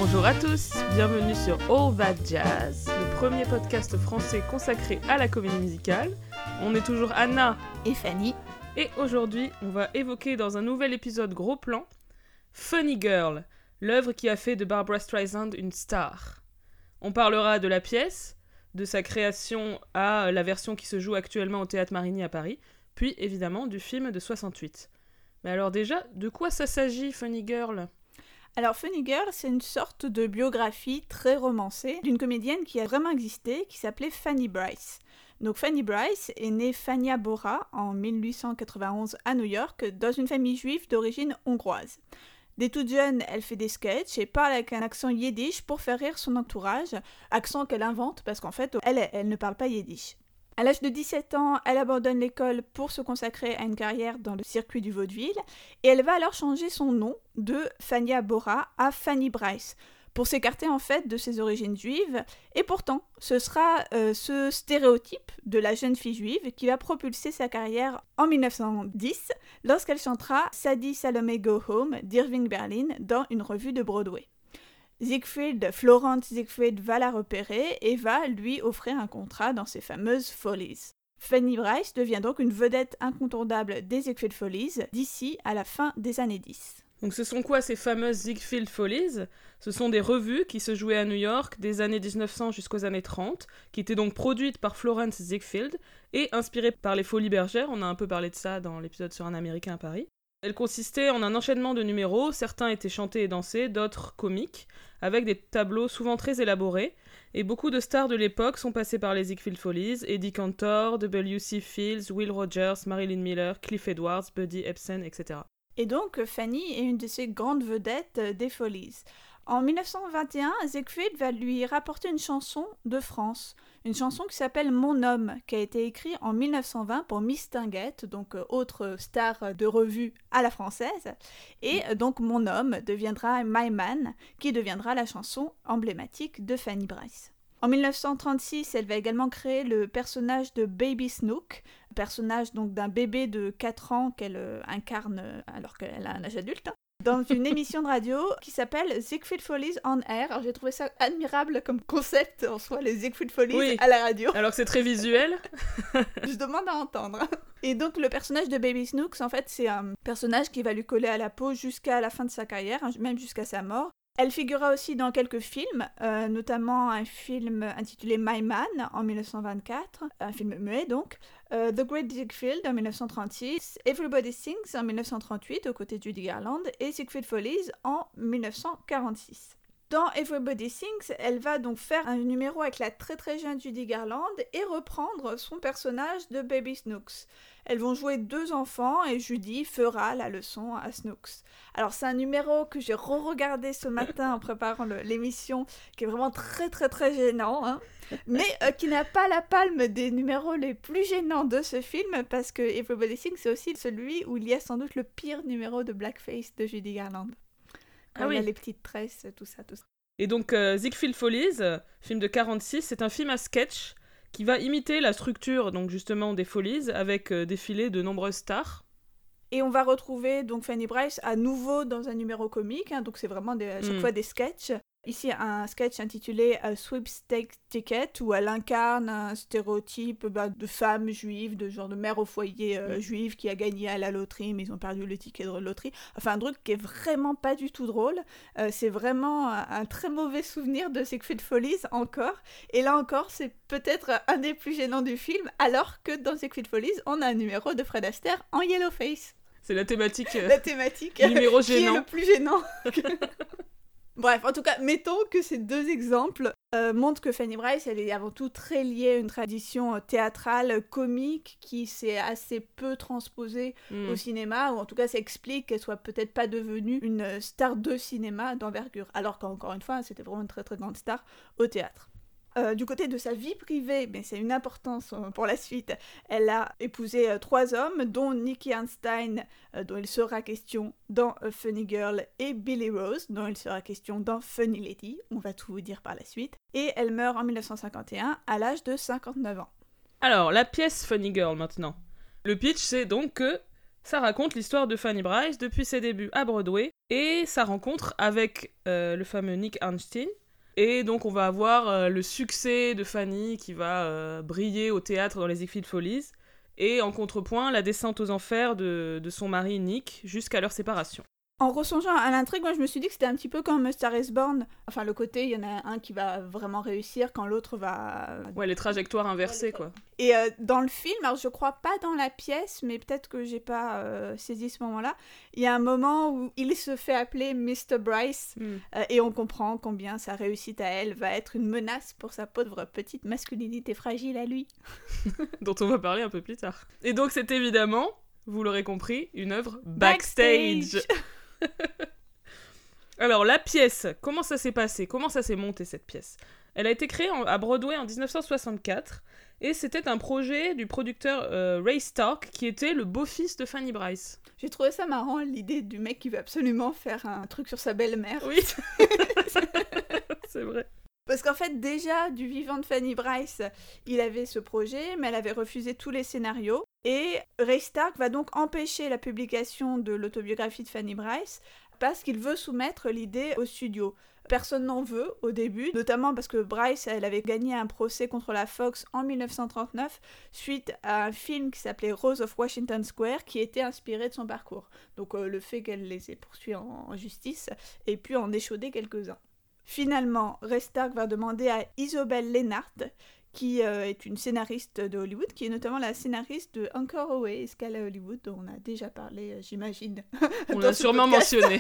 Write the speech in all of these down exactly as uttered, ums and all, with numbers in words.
Bonjour à tous, bienvenue sur All That Jazz, le premier podcast français consacré à la comédie musicale. On est toujours Anna et Fanny. Et aujourd'hui, on va évoquer dans un nouvel épisode gros plan, Funny Girl, l'œuvre qui a fait de Barbra Streisand une star. On parlera de la pièce, de sa création à la version qui se joue actuellement au Théâtre Marigny à Paris, puis évidemment du film de soixante-huit. Mais alors déjà, de quoi ça s'agit, Funny Girl ? Alors Funny Girl, c'est une sorte de biographie très romancée d'une comédienne qui a vraiment existé, qui s'appelait Fanny Brice. Donc Fanny Brice est née Fania Borra en mille huit cent quatre-vingt-onze à New York, dans une famille juive d'origine hongroise. Dès toute jeune, elle fait des sketchs et parle avec un accent yiddish pour faire rire son entourage, accent qu'elle invente parce qu'en fait, elle, elle ne parle pas yiddish. À l'âge de dix-sept ans, elle abandonne l'école pour se consacrer à une carrière dans le circuit du vaudeville et elle va alors changer son nom de Fania Borra à Fanny Brice pour s'écarter en fait de ses origines juives. Et pourtant, ce sera euh, ce stéréotype de la jeune fille juive qui va propulser sa carrière en mille neuf cent dix lorsqu'elle chantera Sadie Salome Go Home d'Irving Berlin dans une revue de Broadway. Siegfried, Florence Siegfried va la repérer et va lui offrir un contrat dans ses fameuses Follies. Fanny Brice devient donc une vedette incontournable des Ziegfeld Follies d'ici à la fin des années dix. Donc ce sont quoi ces fameuses Ziegfeld Follies ? Ce sont des revues qui se jouaient à New York des années dix-neuf cents jusqu'aux années trente, qui étaient donc produites par Florence Ziegfeld et inspirées par les Folies Bergère. On a un peu parlé de ça dans l'épisode sur un Américain à Paris. Elles consistaient en un enchaînement de numéros, certains étaient chantés et dansés, d'autres comiques, avec des tableaux souvent très élaborés, et beaucoup de stars de l'époque sont passées par les Ziegfeld Follies, Eddie Cantor, W C Fields, Will Rogers, Marilyn Miller, Cliff Edwards, Buddy Ebsen, et cetera. Et donc Fanny est une de ces grandes vedettes des Follies. En mille neuf cent vingt et un, Ziegfeld va lui rapporter une chanson de France, une chanson qui s'appelle Mon Homme, qui a été écrite en mille neuf cent vingt pour Mistinguett, donc euh, autre star de revue à la française, et euh, donc Mon Homme deviendra My Man, qui deviendra la chanson emblématique de Fanny Brice. En mille neuf cent trente-six, elle va également créer le personnage de Baby Snook, personnage donc d'un bébé de quatre ans qu'elle euh, incarne euh, alors qu'elle a un âge adulte, hein, dans une émission de radio qui s'appelle Ziegfeld Follies on Air. Alors j'ai trouvé ça admirable comme concept en soi, les Ziegfeld Follies oui. à la radio. Alors que c'est très visuel. Je demande à entendre. Et donc le personnage de Baby Snooks, en fait, c'est un personnage qui va lui coller à la peau jusqu'à la fin de sa carrière, même jusqu'à sa mort. Elle figurera aussi dans quelques films, euh, notamment un film intitulé My Man en mille neuf cent vingt-quatre, un film muet donc, euh, The Great Ziegfeld en mille neuf cent trente-six, Everybody Sings en mille neuf cent trente-huit aux côtés de Judy Garland et Ziegfeld Follies en mille neuf cent quarante-six. Dans Everybody Sings, elle va donc faire un numéro avec la très très jeune Judy Garland et reprendre son personnage de Baby Snooks. Elles vont jouer deux enfants et Judy fera la leçon à Snooks. Alors c'est un numéro que j'ai re-regardé ce matin en préparant le, l'émission, qui est vraiment très très très gênant, hein, mais euh, qui n'a pas la palme des numéros les plus gênants de ce film, parce que Everybody Sings, c'est aussi celui où il y a sans doute le pire numéro de blackface de Judy Garland. Ah oui. Il y a les petites tresses, tout ça, tout ça. Et donc euh, Ziegfeld Follies, euh, film de quarante-six, c'est un film à sketch qui va imiter la structure donc justement des Follies avec euh, défilé de nombreuses stars. Et on va retrouver donc Fanny Brice à nouveau dans un numéro comique, hein, donc c'est vraiment des, à chaque mm. fois des sketchs. Ici, un sketch intitulé uh, Sweepstake Ticket, où elle incarne un stéréotype bah, de femme juive, de genre de mère au foyer euh, juive qui a gagné à la loterie, mais ils ont perdu le ticket de loterie. Enfin, un truc qui est vraiment pas du tout drôle. Euh, c'est vraiment un, un très mauvais souvenir de Ziegfeld Follies, encore. Et là encore, c'est peut-être un des plus gênants du film, alors que dans Ziegfeld Follies, on a un numéro de Fred Astaire en yellowface. C'est la thématique, euh, la thématique numéro gênant. Qui est le plus gênant. Bref, en tout cas, mettons que ces deux exemples euh, montrent que Fanny Brice, elle est avant tout très liée à une tradition théâtrale, comique, qui s'est assez peu transposée mmh. au cinéma, ou en tout cas, ça explique qu'elle soit peut-être pas devenue une star de cinéma d'envergure, alors qu'encore une fois, c'était vraiment une très très grande star au théâtre. Euh, du côté de sa vie privée, mais c'est une importance euh, pour la suite, elle a épousé euh, trois hommes, dont Nicky Einstein, euh, dont il sera question dans A Funny Girl, et Billy Rose, dont il sera question dans Funny Lady, on va tout vous dire par la suite, et elle meurt en mille neuf cent cinquante et un à l'âge de cinquante-neuf ans. Alors, la pièce Funny Girl maintenant. Le pitch, c'est donc que Ça raconte l'histoire de Fanny Brice depuis ses débuts à Broadway et sa rencontre avec euh, le fameux Nick Arnstein. Et donc on va avoir euh, le succès de Fanny qui va euh, briller au théâtre dans les Ziegfeld Follies et en contrepoint la descente aux enfers de, de son mari Nick jusqu'à leur séparation. En ressongeant à l'intrigue, moi je me suis dit que c'était un petit peu comme Star is Born. Enfin, le côté, il y en a un qui va vraiment réussir quand l'autre va... Ouais, les trajectoires inversées, quoi. Et euh, dans le film, alors je crois pas dans la pièce, mais peut-être que j'ai pas euh, saisi ce moment-là, il y a un moment où il se fait appeler mister Brice, mm. euh, et on comprend combien sa réussite à elle va être une menace pour sa pauvre petite masculinité fragile à lui. Dont on va parler un peu plus tard. Et donc c'est évidemment, vous l'aurez compris, une œuvre backstage, backstage. Alors la pièce, comment ça s'est passé? Comment ça s'est monté cette pièce? Elle a été créée en, à Broadway en dix-neuf cent soixante-quatre et c'était un projet du producteur euh, Ray Stark qui était le beau-fils de Fanny Brice. J'ai trouvé ça marrant, l'idée du mec qui veut absolument faire un truc sur sa belle-mère. Oui, c'est vrai. Parce qu'en fait, déjà, du vivant de Fanny Brice, il avait ce projet, mais elle avait refusé tous les scénarios. Et Ray Stark va donc empêcher la publication de l'autobiographie de Fanny Brice parce qu'il veut soumettre l'idée au studio. Personne n'en veut au début, notamment parce que Brice, elle avait gagné un procès contre la Fox en dix-neuf cent trente-neuf suite à un film qui s'appelait Rose of Washington Square qui était inspiré de son parcours. Donc euh, le fait qu'elle les ait poursuivis en, en justice et puis en échauder quelques-uns. Finalement, Ray Stark va demander à Isobel Lennart, qui euh, est une scénariste de Hollywood, qui est notamment la scénariste de Encore Away, Escale à Hollywood, dont on a déjà parlé, euh, j'imagine. On l'a sûrement mentionné.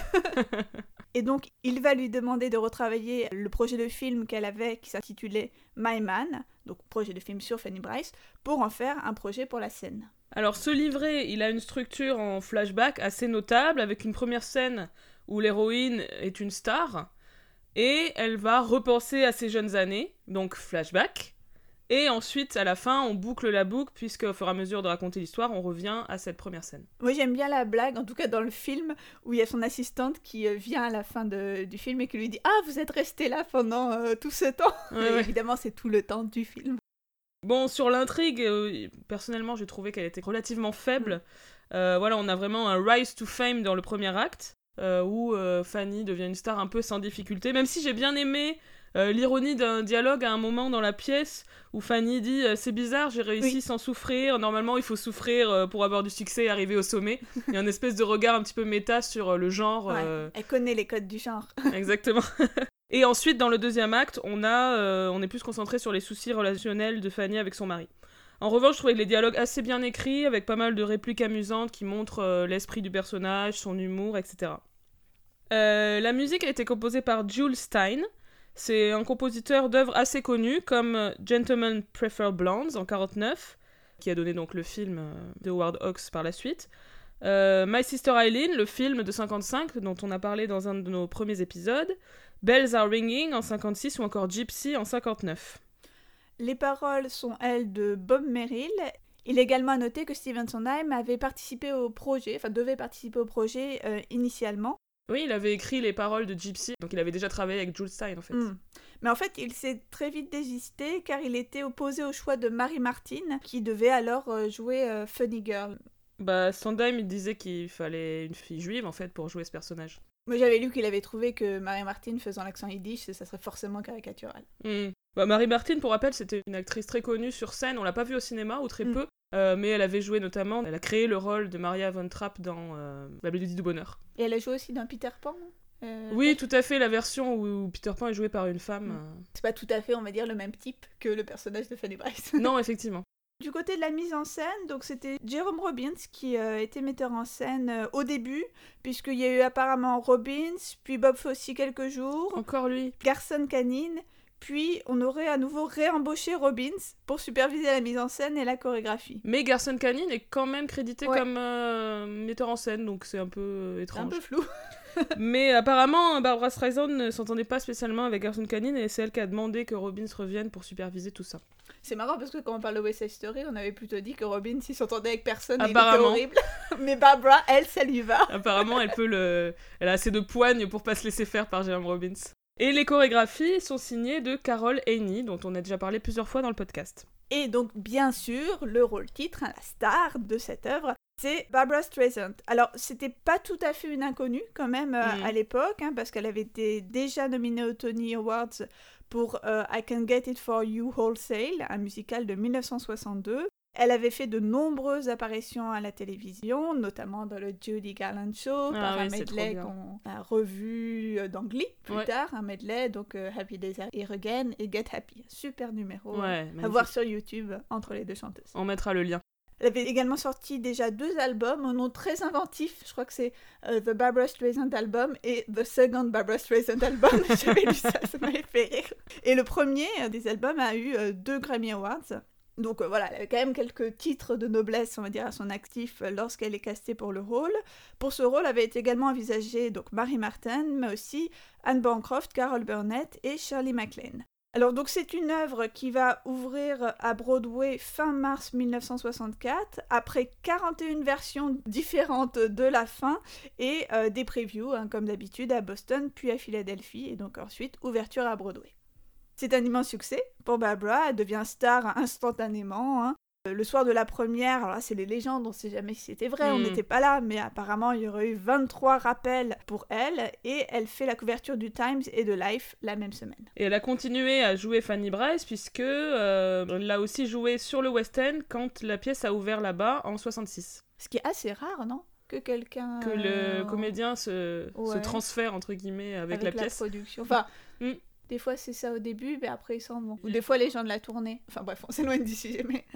Et donc, il va lui demander de retravailler le projet de film qu'elle avait, qui s'intitulait My Man, donc projet de film sur Fanny Brice, pour en faire un projet pour la scène. Alors, ce livret, il a une structure en flashback assez notable, avec une première scène où l'héroïne est une star, et elle va repenser à ses jeunes années, donc flashback. Et ensuite, à la fin, on boucle la boucle, puisque au fur et à mesure de raconter l'histoire, on revient à cette première scène. Moi, j'aime bien la blague, en tout cas dans le film, où il y a son assistante qui euh, vient à la fin de, du film et qui lui dit « Ah, vous êtes resté là pendant euh, tout ce temps !» ouais, ouais. Évidemment, c'est tout le temps du film. Bon, sur l'intrigue, euh, personnellement, j'ai trouvé qu'elle était relativement faible. Mm. Euh, voilà, on a vraiment un rise to fame dans le premier acte, euh, où euh, Fanny devient une star un peu sans difficulté, même si j'ai bien aimé... Euh, l'ironie d'un dialogue à un moment dans la pièce où Fanny dit euh, « C'est bizarre, j'ai réussi oui. sans souffrir. Normalement, il faut souffrir euh, pour avoir du succès et arriver au sommet. » Il y a une espèce de regard un petit peu méta sur euh, le genre. Ouais, euh... Elle connaît les codes du genre. Exactement. Et ensuite, dans le deuxième acte, on, a, euh, on est plus concentré sur les soucis relationnels de Fanny avec son mari. En revanche, je trouvais les dialogues assez bien écrits, avec pas mal de répliques amusantes qui montrent euh, l'esprit du personnage, son humour, et cetera. Euh, la musique a été composée par Jules Stein. C'est un compositeur d'œuvres assez connus, comme Gentlemen Prefer Blondes en quarante-neuf, qui a donné donc le film de Howard Hawks par la suite. Euh, My Sister Eileen, le film de cinquante-cinq, dont on a parlé dans un de nos premiers épisodes. Bells Are Ringing en cinquante-six, ou encore Gypsy en cinquante-neuf. Les paroles sont, elles, de Bob Merrill. Il est également à noter que Stephen Sondheim avait participé au projet, enfin devait participer au projet euh, initialement. Oui, il avait écrit les paroles de Gypsy, donc il avait déjà travaillé avec Jules Stein en fait. Mm. Mais en fait, il s'est très vite désisté car il était opposé au choix de Mary Martin, qui devait alors euh, jouer euh, Funny Girl. Bah, Sondheim il disait qu'il fallait une fille juive en fait pour jouer ce personnage. Moi j'avais lu qu'il avait trouvé que Mary Martin faisant l'accent yiddish, ça serait forcément caricatural. Mm. Bah, Mary Martin, pour rappel, c'était une actrice très connue sur scène, on l'a pas vue au cinéma ou très mm. peu. Euh, mais elle avait joué notamment, elle a créé le rôle de Maria von Trapp dans euh, La Mélodie du Bonheur. Et elle a joué aussi dans Peter Pan euh, Oui, tout à fait, la version où Peter Pan est joué par une femme. Mm. Euh... C'est pas tout à fait, on va dire, le même type que le personnage de Fanny Brice. Non, effectivement. Du côté de la mise en scène, donc c'était Jerome Robbins qui euh, était metteur en scène euh, au début, puisqu'il y a eu apparemment Robbins, puis Bob Fosse quelques jours. Encore lui. Garson Kanin. Puis, on aurait à nouveau réembauché Robbins pour superviser la mise en scène et la chorégraphie. Mais Garson Kanin est quand même crédité ouais. comme euh, metteur en scène, donc c'est un peu euh, étrange. Un peu flou. Mais apparemment, Barbra Streisand ne s'entendait pas spécialement avec Garson Kanin, et c'est elle qui a demandé que Robbins revienne pour superviser tout ça. C'est marrant parce que quand on parle de West Side Story, on avait plutôt dit que Robbins il s'entendait avec personne et il était horrible. Mais Barbara, elle, ça lui va. Apparemment, elle peut le... elle a assez de poigne pour pas se laisser faire par Jerome Robbins. Et les chorégraphies sont signées de Carol Haney, dont on a déjà parlé plusieurs fois dans le podcast. Et donc, bien sûr, le rôle-titre, hein, la star de cette œuvre, C'est Barbra Streisand. Alors, c'était pas tout à fait une inconnue quand même euh, mm. à l'époque, hein, parce qu'elle avait été déjà nominée aux Tony Awards pour euh, I Can Get It For You Wholesale, un musical de dix-neuf cent soixante-deux. Elle avait fait de nombreuses apparitions à la télévision, notamment dans le Judy Garland Show, ah, par oui, un medley qu'on a revu dans Glee plus ouais. tard, un medley, donc uh, Happy Days Are Here Again et Get Happy. Super numéro ouais, à voir sur YouTube entre les deux chanteuses. On mettra le lien. Elle avait également sorti déjà deux albums au nom très inventif. Je crois que c'est uh, The Barbra Streisand Album et The Second Barbra Streisand Album. J'avais lu ça, ça m'avait fait rire. Et le premier euh, des albums a eu euh, deux Grammy Awards. Donc euh, voilà, elle avait quand même quelques titres de noblesse, on va dire, à son actif euh, lorsqu'elle est castée pour le rôle. Pour ce rôle avait été également envisagé donc Mary Martin, mais aussi Anne Bancroft, Carol Burnett et Shirley MacLaine. Alors donc c'est une œuvre qui va ouvrir à Broadway fin mars dix-neuf cent soixante-quatre, après quarante et une versions différentes de la fin et euh, des previews, hein, comme d'habitude, à Boston, puis à Philadelphie, et donc ensuite ouverture à Broadway. C'est un immense succès pour Barbra, elle devient star instantanément. Hein. Le soir de la première, alors là c'est les légendes, on ne sait jamais si c'était vrai, mmh. on n'était pas là, mais apparemment il y aurait eu vingt-trois rappels pour elle, et elle fait la couverture du Times et de Life la même semaine. Et elle a continué à jouer Fanny Brice, puisque euh, elle a aussi joué sur le West End quand la pièce a ouvert là-bas en soixante-six. Ce qui est assez rare, non ? Que quelqu'un... Que le euh... comédien se, ouais. se transfère, entre guillemets, avec, avec la pièce. Avec la production, enfin... mmh. Des fois, c'est ça au début, mais après, ils s'en vont. Ou des fois, les gens de la tournée. Enfin bref, on s'éloigne du sujet, mais...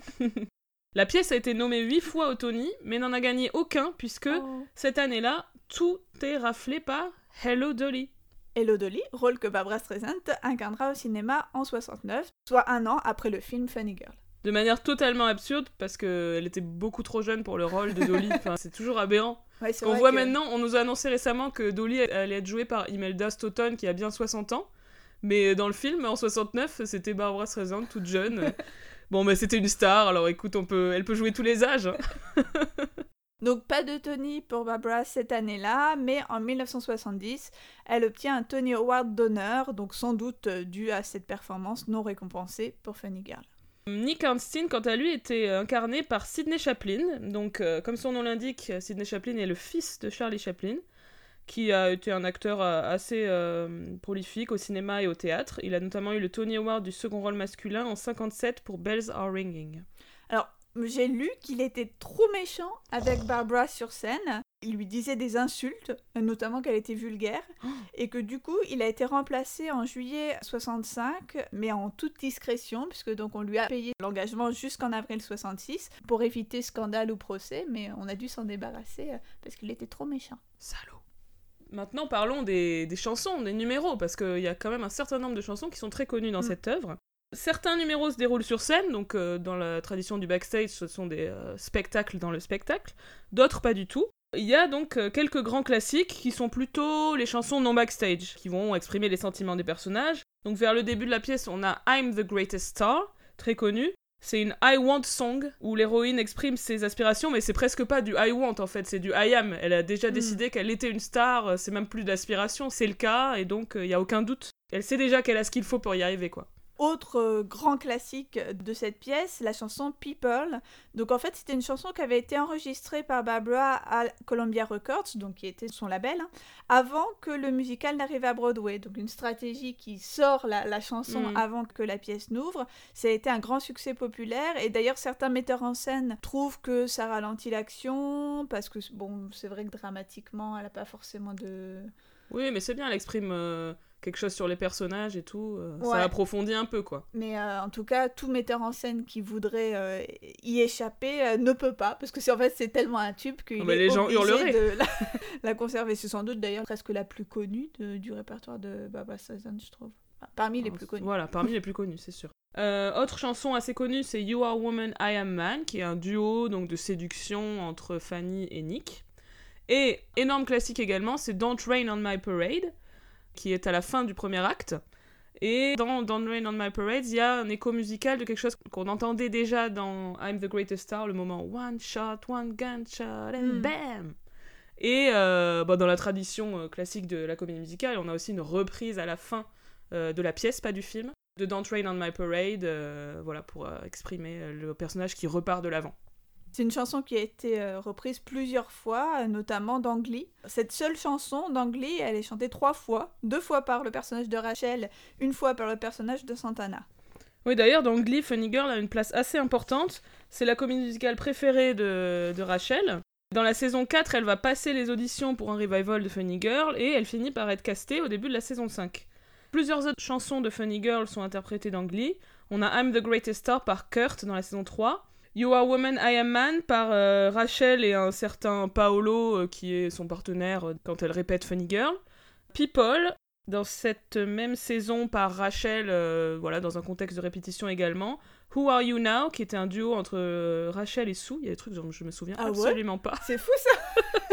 La pièce a été nommée huit fois au Tony, mais n'en a gagné aucun, puisque oh. cette année-là, tout est raflé par Hello Dolly. Hello Dolly, rôle que Barbra Streisand incarnera au cinéma en soixante-neuf, soit un an après le film Funny Girl. De manière totalement absurde, parce qu'elle était beaucoup trop jeune pour le rôle de Dolly. Enfin, c'est toujours aberrant. Ouais, c'est on voit que... maintenant, on nous a annoncé récemment que Dolly allait être jouée par Imelda Staunton, qui a bien soixante ans. Mais dans le film, en soixante-neuf, c'était Barbra Streisand, toute jeune. Bon, mais c'était une star, alors écoute, on peut... elle peut jouer tous les âges. Donc pas de Tony pour Barbra cette année-là, mais en dix-neuf cent soixante-dix, elle obtient un Tony Award d'honneur, donc sans doute dû à cette performance non récompensée pour Funny Girl. Nick Arnstein, quant à lui, était incarné par Sidney Chaplin. Donc, euh, comme son nom l'indique, Sidney Chaplin est le fils de Charlie Chaplin, qui a été un acteur assez euh, prolifique au cinéma et au théâtre. Il a notamment eu le Tony Award du second rôle masculin en cinquante-sept pour Bells Are Ringing. Alors, j'ai lu qu'il était trop méchant avec Barbra sur scène. Il lui disait des insultes, notamment qu'elle était vulgaire, et que du coup, il a été remplacé en juillet soixante-cinq, mais en toute discrétion, puisque donc on lui a payé l'engagement jusqu'en avril soixante-six, pour éviter scandale ou procès, mais on a dû s'en débarrasser parce qu'il était trop méchant. Salaud. Maintenant, parlons des, des chansons, des numéros, parce qu'il y a quand même un certain nombre de chansons qui sont très connues dans mmh. cette œuvre. Certains numéros se déroulent sur scène, donc euh, dans la tradition du backstage, ce sont des euh, spectacles dans le spectacle. D'autres, pas du tout. Il y a donc euh, quelques grands classiques qui sont plutôt les chansons non backstage, qui vont exprimer les sentiments des personnages. Donc vers le début de la pièce, on a I'm the Greatest Star, très connu. C'est une I Want song, où l'héroïne exprime ses aspirations, mais c'est presque pas du I Want en fait, c'est du I Am. Elle a déjà mmh. décidé qu'elle était une star, c'est même plus de l'aspiration, c'est le cas, et donc il euh, y a aucun doute. Elle sait déjà qu'elle a ce qu'il faut pour y arriver, quoi. Autre euh, grand classique de cette pièce, la chanson People. Donc en fait, c'était une chanson qui avait été enregistrée par Barbra à Columbia Records, donc qui était son label, hein, avant que le musical n'arrive à Broadway. Donc une stratégie qui sort la, la chanson mmh. avant que la pièce n'ouvre. Ça a été un grand succès populaire, et d'ailleurs certains metteurs en scène trouvent que ça ralentit l'action, parce que bon, c'est vrai que dramatiquement, elle n'a pas forcément de... Oui, mais c'est bien, elle exprime... Euh... quelque chose sur les personnages et tout, euh, ouais. ça approfondit un peu, quoi. Mais euh, en tout cas, tout metteur en scène qui voudrait euh, y échapper euh, ne peut pas, parce que c'est, en fait, c'est tellement un tube qu'il oh, est les gens obligé hurleraient. de la, la conserver. C'est sans doute d'ailleurs presque la plus connue de, du répertoire de Barbra Streisand, je trouve. Enfin, parmi les plus connues. Voilà, parmi les plus connues, c'est sûr. Euh, autre chanson assez connue, c'est You Are Woman, I Am Man, qui est un duo donc, de séduction entre Fanny et Nick. Et, énorme classique également, c'est Don't Rain on My Parade, qui est à la fin du premier acte. Et dans Don't Rain on My Parade, il y a un écho musical de quelque chose qu'on entendait déjà dans I'm the Greatest Star, le moment One shot, one gunshot, and mm. bam. Et euh, bah, dans la tradition euh, classique de la comédie musicale, on a aussi une reprise à la fin euh, de la pièce, pas du film, de Don't Rain on My Parade, euh, voilà, pour euh, exprimer le personnage qui repart de l'avant. C'est une chanson qui a été euh, reprise plusieurs fois, euh, notamment dans Glee. Cette seule chanson dans Glee, elle est chantée trois fois. Deux fois par le personnage de Rachel, une fois par le personnage de Santana. Oui, d'ailleurs, dans Glee, Funny Girl a une place assez importante. C'est la comédie musicale préférée de, de Rachel. Dans la saison quatre, elle va passer les auditions pour un revival de Funny Girl et elle finit par être castée au début de la saison cinq. Plusieurs autres chansons de Funny Girl sont interprétées dans Glee. On a I'm the Greatest Star par Kurt dans la saison trois. You Are Woman, I Am Man par euh, Rachel et un certain Paolo euh, qui est son partenaire euh, quand elle répète Funny Girl. People, dans cette même saison par Rachel, euh, voilà, dans un contexte de répétition également. Who Are You Now, qui était un duo entre euh, Rachel et Sue. Il y a des trucs dont je me souviens ah absolument ouais pas. C'est fou ça.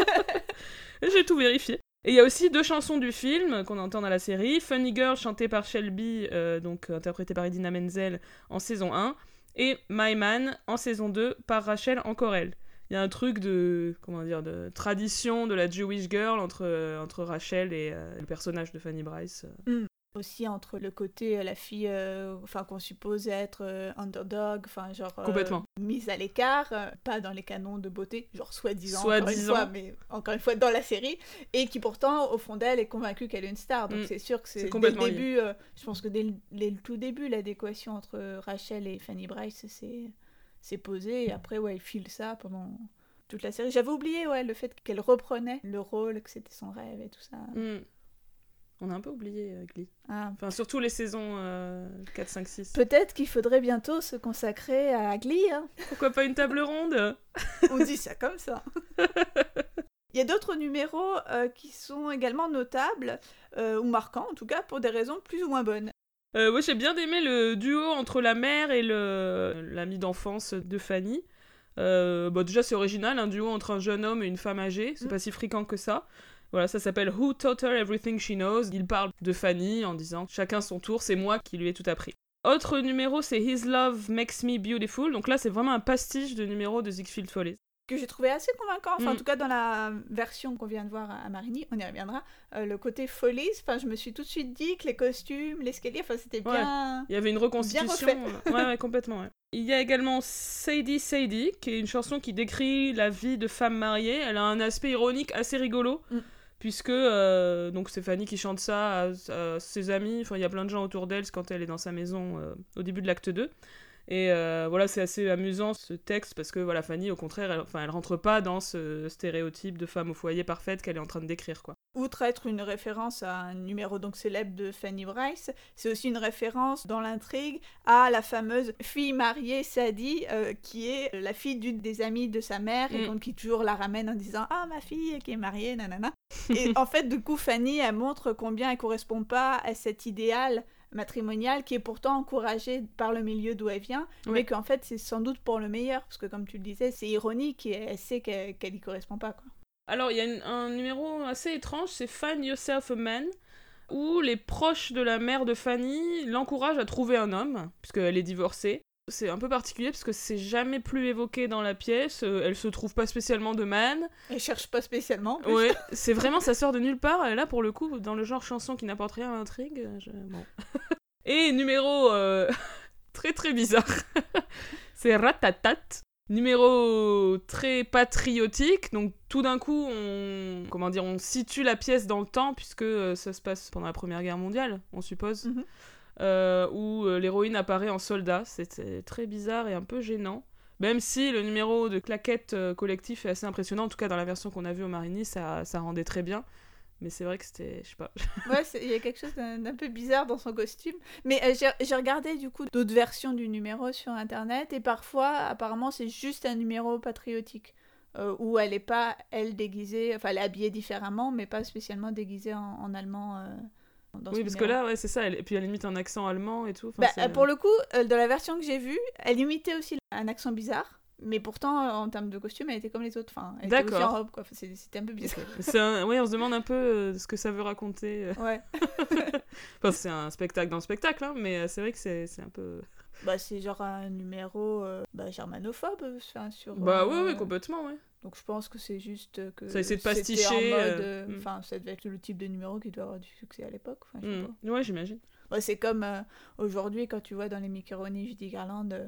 J'ai tout vérifié. Et il y a aussi deux chansons du film qu'on entend dans la série. Funny Girl, chantée par Shelby, euh, donc interprétée par Idina Menzel en saison un. Et My Man en saison deux par Rachel, encore elle. Il y a un truc de, comment dire, de tradition de la Jewish Girl entre, euh, entre Rachel et euh, le personnage de Fanny Brice. Mm. Aussi entre le côté euh, la fille euh, enfin qu'on suppose être euh, underdog, enfin genre euh, Complètement. mise à l'écart, euh, pas dans les canons de beauté, genre soi-disant, Soit encore une fois, mais encore une fois dans la série, et qui pourtant au fond d'elle est convaincue qu'elle est une star. Donc mm. c'est sûr que c'est, c'est dès le début, euh, je pense que dès le, dès le tout début, l'adéquation entre Rachel et Fanny Brice c'est, c'est posé, et après ouais, il file ça pendant toute la série. J'avais oublié ouais, le fait qu'elle reprenait le rôle, que c'était son rêve et tout ça. Mm. On a un peu oublié euh, Glee. Ah. Enfin, surtout les saisons euh, quatre, cinq, six. Peut-être qu'il faudrait bientôt se consacrer à Glee. Hein. Pourquoi pas une table ronde? On dit ça comme ça. Il y a d'autres numéros euh, qui sont également notables, euh, ou marquants en tout cas, pour des raisons plus ou moins bonnes. Euh, ouais, j'ai bien aimé le duo entre la mère et le... l'ami d'enfance de Fanny. Euh, bah déjà, c'est original, un duo entre un jeune homme et une femme âgée. C'est mm. pas si fréquent que ça. Voilà, ça s'appelle Who Taught Her Everything She Knows. Il parle de Fanny en disant chacun son tour, c'est moi qui lui ai tout appris. Autre numéro, c'est His Love Makes Me Beautiful. Donc là, c'est vraiment un pastiche de numéro de Ziegfeld Follies. Que j'ai trouvé assez convaincant, enfin mm. en tout cas dans la version qu'on vient de voir à Marigny, on y reviendra, euh, le côté Follies, enfin je me suis tout de suite dit que les costumes, l'escalier, enfin c'était bien... Ouais. Il y avait une reconstitution, ouais, ouais, complètement, ouais. Il y a également Sadie Sadie, qui est une chanson qui décrit la vie de femme mariée. Elle a un aspect ironique assez rigolo. Mm. Puisque euh, donc c'est Fanny qui chante ça à, à ses amis, enfin il y a plein de gens autour d'elle quand elle est dans sa maison euh, au début de l'acte deux. Et euh, voilà, c'est assez amusant ce texte parce que voilà, Fanny au contraire, elle, enfin, elle rentre pas dans ce stéréotype de femme au foyer parfaite qu'elle est en train de décrire, quoi. Outre être une référence à un numéro donc célèbre de Fanny Brice, c'est aussi une référence dans l'intrigue à la fameuse fille mariée Sadie, euh, qui est la fille d'une des amies de sa mère, mm. et donc qui toujours la ramène en disant « Ah, ma fille qui est mariée, nanana ». Et en fait, du coup, Fanny, elle montre combien elle correspond pas à cet idéal matrimonial qui est pourtant encouragé par le milieu d'où elle vient, oui. mais qu'en fait, c'est sans doute pour le meilleur, parce que comme tu le disais, c'est ironique et elle sait qu'elle, qu'elle y correspond pas, quoi. Alors, il y a une, un numéro assez étrange, c'est Find Yourself a Man, où les proches de la mère de Fanny l'encouragent à trouver un homme, puisqu'elle est divorcée. C'est un peu particulier, parce que c'est jamais plus évoqué dans la pièce, elle se trouve pas spécialement de man. Elle cherche pas spécialement. Ouais, c'est vraiment, ça sort de nulle part, et là, pour le coup, dans le genre chanson qui n'apporte rien à l'intrigue, je... bon. Et numéro euh, très très bizarre, c'est Ratatat. Numéro très patriotique, donc tout d'un coup, on, comment dire, on situe la pièce dans le temps, puisque euh, ça se passe pendant la Première Guerre mondiale, on suppose, mm-hmm. euh, où euh, l'héroïne apparaît en soldat. C'était très bizarre et un peu gênant. Même si le numéro de claquette euh, collectif est assez impressionnant, en tout cas dans la version qu'on a vue au Marigny, ça, ça rendait très bien. Mais c'est vrai que c'était, je sais pas. Ouais, il y a quelque chose d'un, d'un peu bizarre dans son costume. Mais euh, j'ai, j'ai regardé du coup d'autres versions du numéro sur internet et parfois, apparemment, c'est juste un numéro patriotique euh, où elle est pas, elle, déguisée, enfin, elle est habillée différemment, mais pas spécialement déguisée en, en allemand. Euh, dans oui, ce parce numéro. que là, ouais, c'est ça. Elle, et puis elle imite un accent allemand et tout. Bah, c'est... Pour le coup, euh, dans la version que j'ai vue, elle imitait aussi un accent bizarre. Mais pourtant, en termes de costume, elle était comme les autres. Enfin, elle D'accord. était aussi en robe, quoi. Enfin, c'était un peu bizarre. C'est un... Oui, on se demande un peu euh, ce que ça veut raconter. Ouais. Enfin, c'est un spectacle dans le spectacle, hein, mais c'est vrai que c'est, c'est un peu... Bah, c'est genre un numéro euh, bah, germanophobe, enfin, sur... Bah euh, oui, oui, complètement, ouais. Donc je pense que c'est juste que... Ça essaie de pasticher... Enfin, euh... euh, ça devait être le type de numéro qui doit avoir du succès à l'époque. Enfin, je sais mm. Ouais, j'imagine. Bah, c'est comme euh, aujourd'hui, quand tu vois dans les Macaroni, Judy Garland... Euh,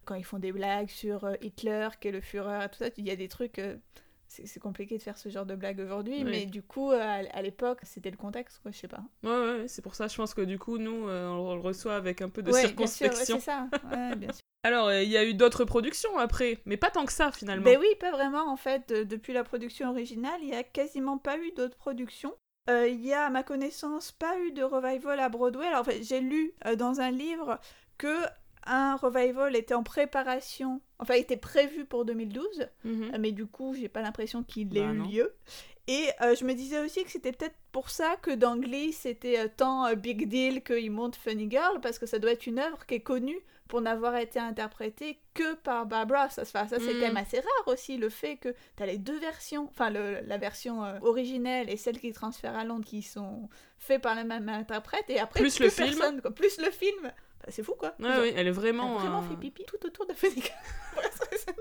quand ils font des blagues sur euh, Hitler, qui est le Führer, et tout ça, il y a des trucs... Euh, c'est, c'est compliqué de faire ce genre de blague aujourd'hui, oui. Mais du coup, euh, à, à l'époque, c'était le contexte, quoi, je sais pas. Ouais, ouais, ouais, c'est pour ça, je pense que du coup, nous, euh, on le reçoit avec un peu de ouais, circonspection. Bien sûr, ouais, c'est ça, ouais, bien sûr. Alors, il euh, y a eu d'autres productions après, mais pas tant que ça, finalement. Ben oui, pas vraiment, en fait. De, depuis la production originale, il y a quasiment pas eu d'autres productions. Il euh, y a, à ma connaissance, pas eu de revival à Broadway. Alors, en fait, j'ai lu euh, dans un livre que un revival était en préparation, enfin, était prévu pour deux mille douze, mm-hmm. mais du coup, j'ai pas l'impression qu'il ait bah, eu non. lieu. Et euh, je me disais aussi que c'était peut-être pour ça que dans Glee, c'était euh, tant euh, big deal qu'il monte Funny Girl, parce que ça doit être une œuvre qui est connue pour n'avoir été interprétée que par Barbra. Ça, ça, ça c'est mm. quand même assez rare aussi, le fait que t'as les deux versions, enfin le, la version euh, originelle et celle qui transfère à Londres, qui sont faites par la même interprète, et après plus plus le personne, film. Quoi. Plus le film. Bah, c'est fou, quoi. Ouais, oui, elle est vraiment... Elle a vraiment euh... fait pipi tout autour de Funny Girl.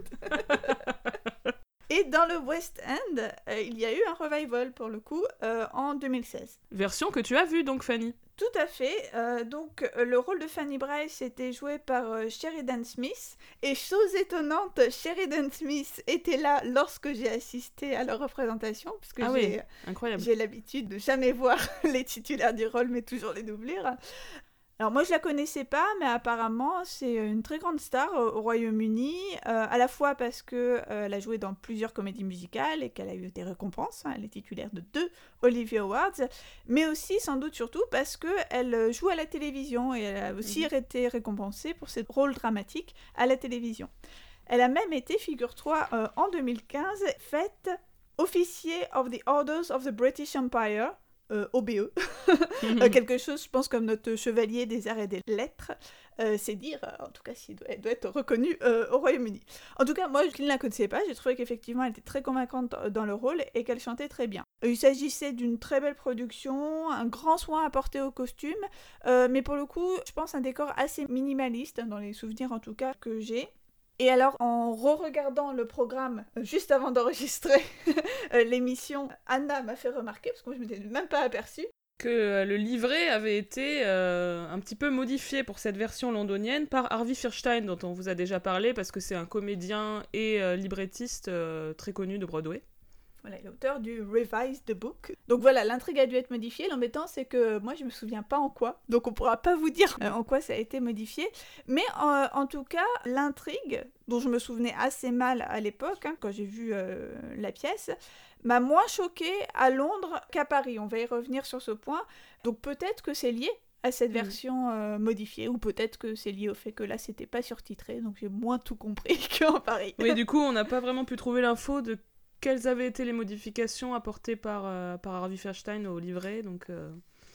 Et dans le West End, euh, il y a eu un revival, pour le coup, euh, en deux mille seize. Version que tu as vue, donc, Fanny. Tout à fait. Euh, donc, euh, le rôle de Fanny Brice était joué par euh, Sheridan Smith. Et chose étonnante, Sheridan Smith était là lorsque j'ai assisté à leur représentation, puisque ah j'ai, oui, incroyable. j'ai l'habitude de jamais voir les titulaires du rôle, mais toujours les doublures. Alors moi je la connaissais pas, mais apparemment c'est une très grande star au, au Royaume-Uni, euh, à la fois parce qu'elle euh, a joué dans plusieurs comédies musicales et qu'elle a eu des récompenses, hein, elle est titulaire de deux Olivier Awards, mais aussi sans doute surtout parce qu'elle joue à la télévision et elle a aussi mmh. été récompensée pour ses rôles dramatiques à la télévision. Elle a même été, figure-toi, euh, en deux mille quinze, faite officier of the Orders of the British Empire, Euh, O B E, euh, quelque chose, je pense, comme notre chevalier des arts et des lettres, euh, c'est dire, euh, en tout cas, si elle doit être reconnue euh, au Royaume-Uni. En tout cas, moi, je ne la connaissais pas, j'ai trouvé qu'effectivement, elle était très convaincante dans le rôle et qu'elle chantait très bien. Il s'agissait d'une très belle production, un grand soin apporté au costume, euh, mais pour le coup, je pense un décor assez minimaliste, dans les souvenirs en tout cas que j'ai. Et alors, en re-regardant le programme euh, juste avant d'enregistrer euh, l'émission, Anna m'a fait remarquer, parce que moi je ne m'étais même pas aperçue, que euh, le livret avait été euh, un petit peu modifié pour cette version londonienne par Harvey Fierstein, dont on vous a déjà parlé, parce que c'est un comédien et euh, librettiste euh, très connu de Broadway. Voilà, l'auteur du Revised Book. Donc voilà, l'intrigue a dû être modifiée. L'embêtant, c'est que moi, je me souviens pas en quoi. Donc on pourra pas vous dire euh, en quoi ça a été modifié. Mais euh, en tout cas, l'intrigue, dont je me souvenais assez mal à l'époque, hein, quand j'ai vu euh, la pièce, m'a moins choquée à Londres qu'à Paris. On va y revenir sur ce point. Donc peut-être que c'est lié à cette version euh, modifiée, ou peut-être que c'est lié au fait que là, c'était pas surtitré, donc j'ai moins tout compris qu'en Paris. Oui, du coup, on n'a pas vraiment pu trouver l'info de quelles avaient été les modifications apportées par, euh, par Harvey Fierstein au livret, donc... Euh...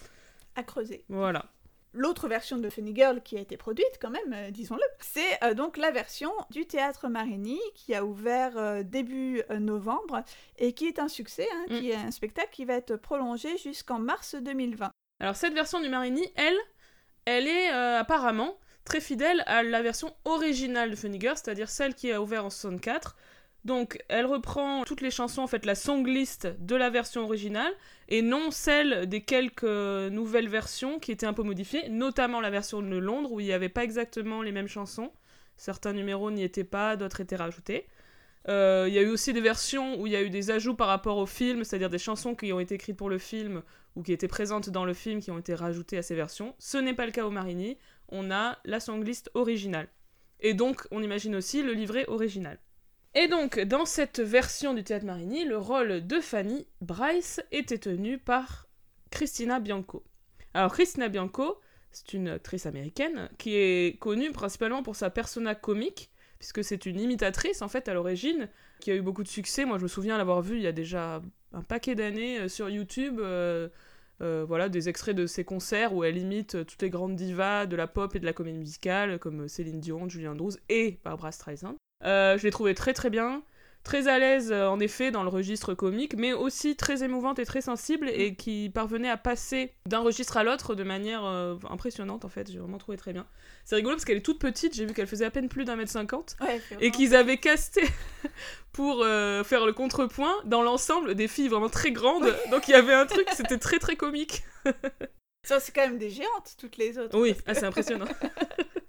À creuser. Voilà. L'autre version de Funny Girl qui a été produite, quand même, euh, disons-le, c'est euh, donc la version du Théâtre Marigny, qui a ouvert euh, début euh, novembre, et qui est un succès, hein, mm. qui est un spectacle qui va être prolongé jusqu'en mars deux mille vingt. Alors cette version du Marigny, elle, elle est euh, apparemment très fidèle à la version originale de Funny Girl, c'est-à-dire celle qui a ouvert en soixante-quatre. Donc, elle reprend toutes les chansons, en fait, la songlist de la version originale, et non celle des quelques nouvelles versions qui étaient un peu modifiées, notamment la version de Londres, où il n'y avait pas exactement les mêmes chansons. Certains numéros n'y étaient pas, d'autres étaient rajoutés. Euh, il y a eu aussi des versions où il y a eu des ajouts par rapport au film, c'est-à-dire des chansons qui ont été écrites pour le film, ou qui étaient présentes dans le film, qui ont été rajoutées à ces versions. Ce n'est pas le cas au Marigny, on a la songlist originale. Et donc, on imagine aussi le livret original. Et donc, dans cette version du Théâtre Marigny, le rôle de Fanny Brice était tenu par Cristina Bianco. Alors, Cristina Bianco, c'est une actrice américaine qui est connue principalement pour sa persona comique, puisque c'est une imitatrice, en fait, à l'origine, qui a eu beaucoup de succès. Moi, je me souviens l'avoir vue il y a déjà un paquet d'années euh, sur YouTube, euh, euh, voilà, des extraits de ses concerts où elle imite toutes les grandes divas de la pop et de la comédie musicale, comme Céline Dion, Julie Andrews et Barbra Streisand. Euh, je l'ai trouvée très très bien, très à l'aise euh, en effet dans le registre comique, mais aussi très émouvante et très sensible, et qui parvenait à passer d'un registre à l'autre de manière euh, impressionnante en fait, j'ai vraiment trouvé très bien. C'est rigolo parce qu'elle est toute petite, j'ai vu qu'elle faisait à peine plus d'un mètre cinquante, ouais, et qu'ils avaient casté pour euh, faire le contrepoint dans l'ensemble des filles vraiment très grandes, donc il y avait un truc, c'était très très comique. Ça, c'est quand même des géantes toutes les autres. Oui, que... ah, c'est impressionnant.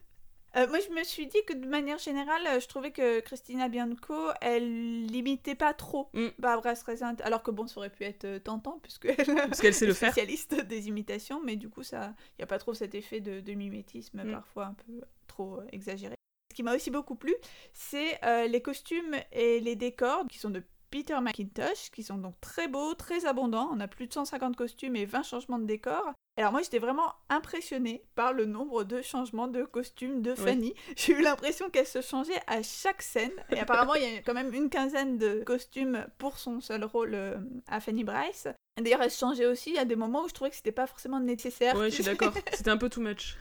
Euh, moi, je me suis dit que de manière générale, euh, je trouvais que Cristina Bianco, elle limitait pas trop Mm. Barbra Streisand, alors que bon, ça aurait pu être euh, tentant, puisque Parce qu'elle sait le faire. spécialiste des imitations, mais du coup, il n'y a pas trop cet effet de, de mimétisme, Mm. parfois un peu trop euh, exagéré. Ce qui m'a aussi beaucoup plu, c'est euh, les costumes et les décors qui sont de Peter McIntosh, qui sont donc très beaux, très abondants. On a plus de cent cinquante costumes et vingt changements de décors. Alors moi, j'étais vraiment impressionnée par le nombre de changements de costumes de Fanny. Oui. J'ai eu l'impression qu'elle se changeait à chaque scène. Et apparemment, il y a quand même une quinzaine de costumes pour son seul rôle euh, à Fanny Brice. Et d'ailleurs, elle se changeait aussi à des moments où je trouvais que c'était pas forcément nécessaire. Ouais, je suis d'accord. C'était un peu too much.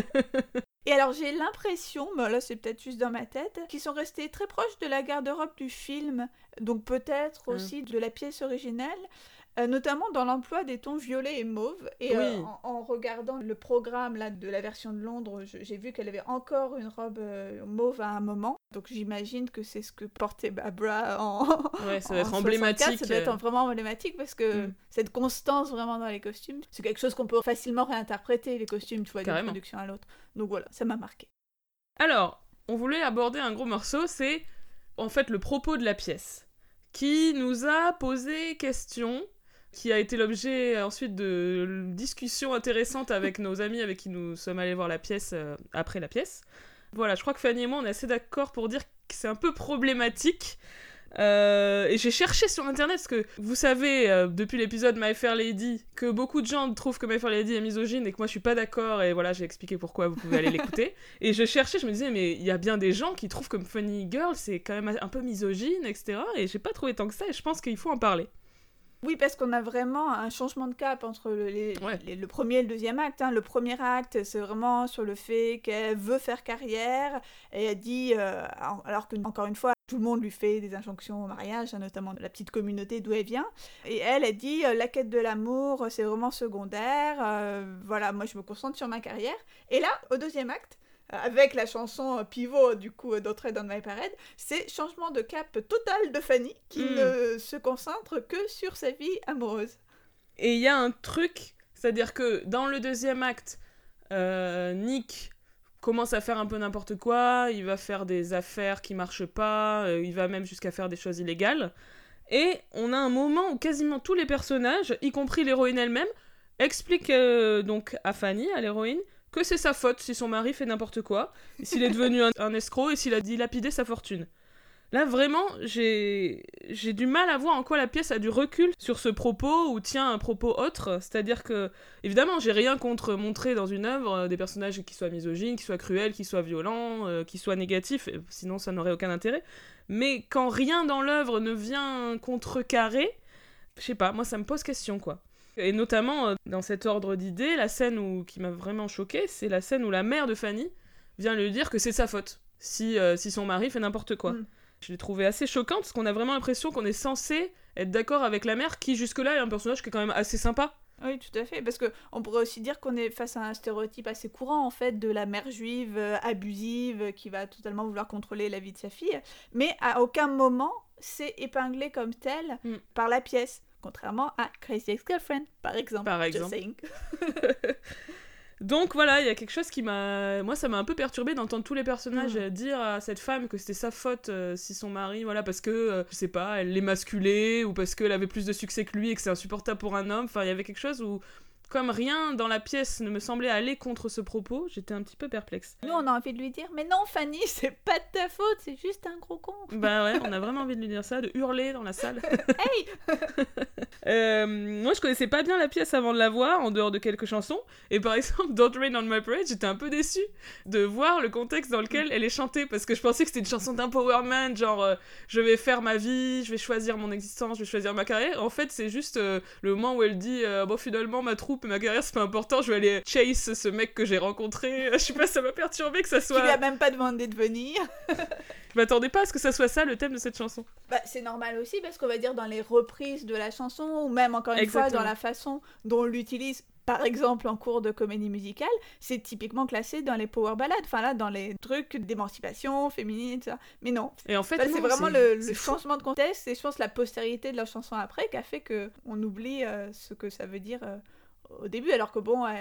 Et alors j'ai l'impression, bah là c'est peut-être juste dans ma tête, qu'ils sont restés très proches de la garde-robe du film, donc peut-être mmh. aussi de la pièce originale, euh, notamment dans l'emploi des tons violets et mauves. Et oui. euh, en, en regardant le programme là, de la version de Londres, je, j'ai vu qu'elle avait encore une robe euh, mauve à un moment, donc j'imagine que c'est ce que portait Barbra en Ouais, ça va être emblématique. Ça doit être vraiment emblématique parce que mmh. cette constance vraiment dans les costumes, c'est quelque chose qu'on peut facilement réinterpréter, les costumes, tu vois, d'une production à l'autre. Donc voilà, ça m'a marqué. Alors, on voulait aborder un gros morceau, c'est en fait le propos de la pièce, qui nous a posé question, qui a été l'objet ensuite de discussions intéressantes avec nos amis avec qui nous sommes allés voir la pièce euh, après la pièce. Voilà, je crois que Fanny et moi, on est assez d'accord pour dire que c'est un peu problématique. Euh, et j'ai cherché sur internet parce que vous savez euh, depuis l'épisode My Fair Lady que beaucoup de gens trouvent que My Fair Lady est misogyne et que moi je suis pas d'accord, et voilà, j'ai expliqué pourquoi, vous pouvez aller l'écouter. Et je cherchais, je me disais mais il y a bien des gens qui trouvent que Funny Girl c'est quand même un peu misogyne, etc. Et j'ai pas trouvé tant que ça, et je pense qu'il faut en parler. Oui, parce qu'on a vraiment un changement de cap entre le, les, ouais. les, le premier et le deuxième acte. Hein. Le premier acte, c'est vraiment sur le fait qu'elle veut faire carrière, et elle dit, euh, alors que, encore une fois, tout le monde lui fait des injonctions au mariage, hein, notamment de la petite communauté d'où elle vient. Et elle, elle dit, euh, la quête de l'amour, c'est vraiment secondaire, euh, voilà, moi je me concentre sur ma carrière. Et là, au deuxième acte, avec la chanson pivot du coup d'Audrey on My Parade, c'est changement de cap total de Fanny qui mmh. ne se concentre que sur sa vie amoureuse. Et il y a un truc, c'est-à-dire que dans le deuxième acte, euh, Nick commence à faire un peu n'importe quoi, il va faire des affaires qui marchent pas, euh, il va même jusqu'à faire des choses illégales, et on a un moment où quasiment tous les personnages, y compris l'héroïne elle-même, expliquent euh, donc à Fanny, à l'héroïne, que c'est sa faute si son mari fait n'importe quoi, s'il est devenu un, un escroc et s'il a dilapidé sa fortune. Là, vraiment, j'ai... j'ai du mal à voir en quoi la pièce a du recul sur ce propos ou tient un propos autre. C'est-à-dire que, évidemment, j'ai rien contre montrer dans une œuvre des personnages qui soient misogynes, qui soient cruels, qui soient violents, euh, qui soient négatifs, sinon ça n'aurait aucun intérêt. Mais quand rien dans l'œuvre ne vient contrecarrer, je sais pas, moi ça me pose question, quoi. Et notamment, euh, dans cet ordre d'idées, la scène où, qui m'a vraiment choquée, c'est la scène où la mère de Fanny vient lui dire que c'est sa faute, si, euh, si son mari fait n'importe quoi. Mm. Je l'ai trouvé assez choquante, parce qu'on a vraiment l'impression qu'on est censé être d'accord avec la mère, qui jusque-là est un personnage qui est quand même assez sympa. Oui, tout à fait, parce qu'on pourrait aussi dire qu'on est face à un stéréotype assez courant, en fait, de la mère juive euh, abusive, qui va totalement vouloir contrôler la vie de sa fille, mais à aucun moment c'est épinglé comme tel mm. par la pièce. Contrairement à Crazy Ex-Girlfriend, par exemple. Par exemple. Donc voilà, il y a quelque chose qui m'a... Moi, ça m'a un peu perturbée d'entendre tous les personnages mmh. dire à cette femme que c'était sa faute euh, si son mari, voilà, parce que, euh, je sais pas, elle l'émasculait, ou parce qu'elle avait plus de succès que lui et que c'est insupportable pour un homme. Enfin, il y avait quelque chose où, comme rien dans la pièce ne me semblait aller contre ce propos, j'étais un petit peu perplexe. Nous, on a envie de lui dire « Mais non, Fanny, c'est pas de ta faute, c'est juste un gros con !» Bah ouais, on a vraiment envie de lui dire ça, de hurler dans la salle. Hey euh, Moi, je connaissais pas bien la pièce avant de la voir, en dehors de quelques chansons. Et par exemple, Don't Rain on My Parade, j'étais un peu déçue de voir le contexte dans lequel elle est chantée, parce que je pensais que c'était une chanson d'empowerment, genre euh, je vais faire ma vie, je vais choisir mon existence, je vais choisir ma carrière. En fait, c'est juste euh, le moment où elle dit euh, bon, finalement, ma troupe et ma carrière, c'est pas important, je vais aller chase ce mec que j'ai rencontré. Je sais pas, ça m'a perturbé que ça soit... Qui lui a même pas demandé de venir. Je m'attendais pas à ce que ça soit ça le thème de cette chanson. Bah, c'est normal aussi, parce qu'on va dire dans les reprises de la chanson, ou même encore une Exactement. fois dans la façon dont on l'utilise, par exemple en cours de comédie musicale, c'est typiquement classé dans les power ballads, enfin là, dans les trucs d'émancipation féminine, tout ça. Mais non. Et en fait, bah, non, c'est vraiment c'est, le, c'est le changement de contexte, et je pense la postérité de la chanson après, qui a fait qu'on oublie euh, ce que ça veut dire euh, au début, alors que bon, elle,